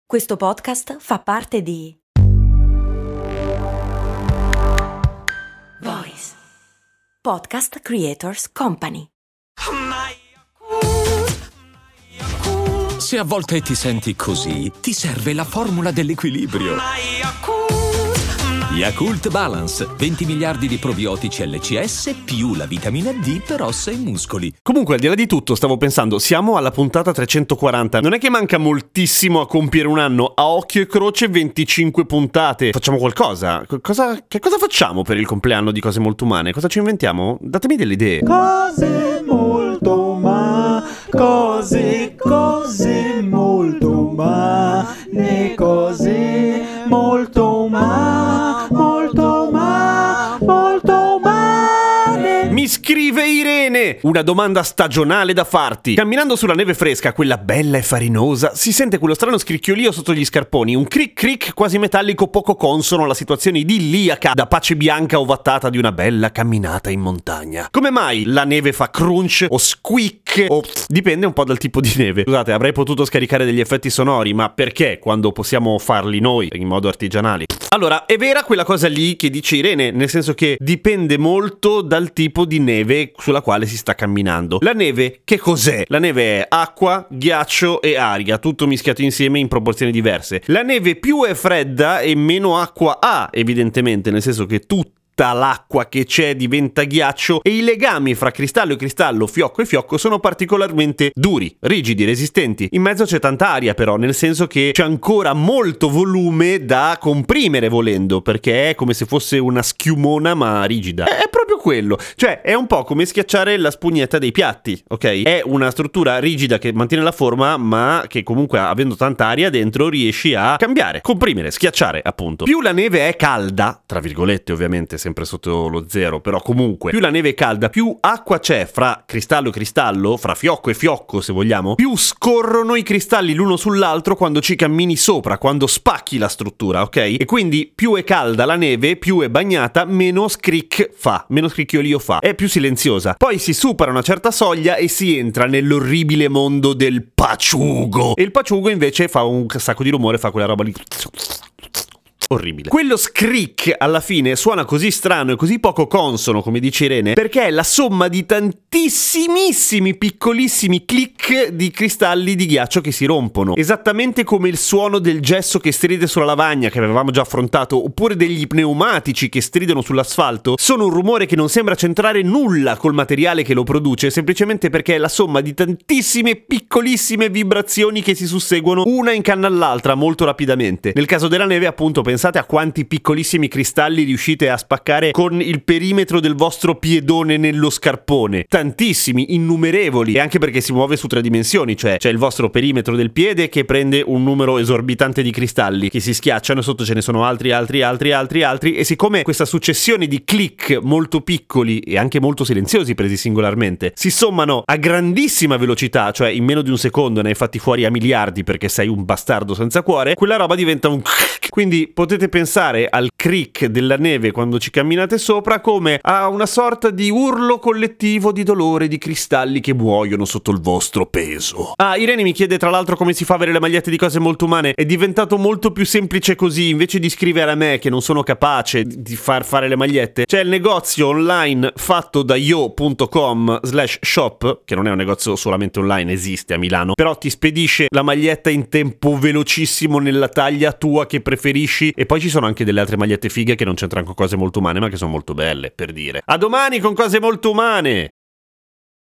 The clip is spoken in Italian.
Questo podcast fa parte di Voice Podcast Creators Company. Se a volte ti senti così, ti serve la formula dell'equilibrio. Yakult Balance, 20 miliardi di probiotici LCS più la vitamina D per ossa e muscoli. Comunque, al di là di tutto, stavo pensando, siamo alla puntata 340. Non è che manca moltissimo a compiere un anno. A occhio e croce 25 puntate. Facciamo qualcosa? Che cosa facciamo per il compleanno di Cose Molto Umane? Cosa ci inventiamo? Datemi delle idee. Cose molto umane, cose molto umane, cose molto umane, molto umane. Mi scrive Irene! Una domanda stagionale da farti. Camminando sulla neve fresca, quella bella e farinosa, si sente quello strano scricchiolio sotto gli scarponi, un cric cric quasi metallico poco consono alla situazione idilliaca da pace bianca ovattata di una bella camminata in montagna. Come mai la neve fa crunch o squeak o dipende un po' dal tipo di neve. Scusate, avrei potuto scaricare degli effetti sonori, ma perché quando possiamo farli noi in modo artigianali? Allora, è vera quella cosa lì che dice Irene, nel senso che dipende molto dal tipo di neve sulla quale si sta camminando. La neve, che cos'è? La neve è acqua, ghiaccio e aria, tutto mischiato insieme in proporzioni diverse. La neve più è fredda e meno acqua ha, evidentemente, nel senso che tutta l'acqua che c'è diventa ghiaccio e i legami fra cristallo e cristallo, fiocco e fiocco sono particolarmente duri, rigidi, resistenti. In mezzo c'è tanta aria però, nel senso che c'è ancora molto volume da comprimere volendo, perché è come se fosse una schiumona ma rigida. È proprio quello, cioè è un po' come schiacciare la spugnetta dei piatti, ok? È una struttura rigida che mantiene la forma ma che comunque avendo tanta aria dentro riesci a cambiare, comprimere, schiacciare appunto. Più la neve è calda, tra virgolette ovviamente, sempre sotto lo zero, però comunque più la neve è calda, più acqua c'è fra cristallo e cristallo, fra fiocco e fiocco se vogliamo, più scorrono i cristalli l'uno sull'altro quando ci cammini sopra, quando spacchi la struttura, ok? E quindi più è calda la neve, più è bagnata, meno scricchiolio fa, è più silenziosa. Poi si supera una certa soglia e si entra nell'orribile mondo del paciugo. E il paciugo invece fa un sacco di rumore, fa quella roba lì orribile. Quello scrick alla fine suona così strano e così poco consono, come dice Irene, perché è la somma di tantissimissimi piccolissimi click di cristalli di ghiaccio che si rompono. Esattamente come il suono del gesso che stride sulla lavagna, che avevamo già affrontato, oppure degli pneumatici che stridono sull'asfalto, sono un rumore che non sembra c'entrare nulla col materiale che lo produce, semplicemente perché è la somma di tantissime piccolissime vibrazioni che si susseguono una in canna all'altra molto rapidamente. Nel caso della neve, appunto, pensate a quanti piccolissimi cristalli riuscite a spaccare con il perimetro del vostro piedone nello scarpone. Tantissimi, innumerevoli, e anche perché si muove su 3 dimensioni, cioè c'è il vostro perimetro del piede che prende un numero esorbitante di cristalli che si schiacciano, sotto ce ne sono altri, e siccome questa successione di click molto piccoli e anche molto silenziosi presi singolarmente si sommano a grandissima velocità, cioè in meno di un secondo ne hai fatti fuori a miliardi perché sei un bastardo senza cuore, quella roba diventa un quindi potete pensare al crick della neve quando ci camminate sopra come a una sorta di urlo collettivo di dolore di cristalli che muoiono sotto il vostro peso. Irene mi chiede tra l'altro come si fa a avere le magliette di Cose Molto Umane. È diventato molto più semplice così, invece di scrivere a me che non sono capace di far fare le magliette, c'è il negozio online fatto da yo.com/shop, che non è un negozio solamente online, esiste a Milano, però ti spedisce la maglietta in tempo velocissimo nella taglia tua che preferisci, e poi ci sono anche delle altre magliette fighe che non c'entrano con Cose Molto Umane ma che sono molto belle, per dire. A domani con Cose Molto Umane!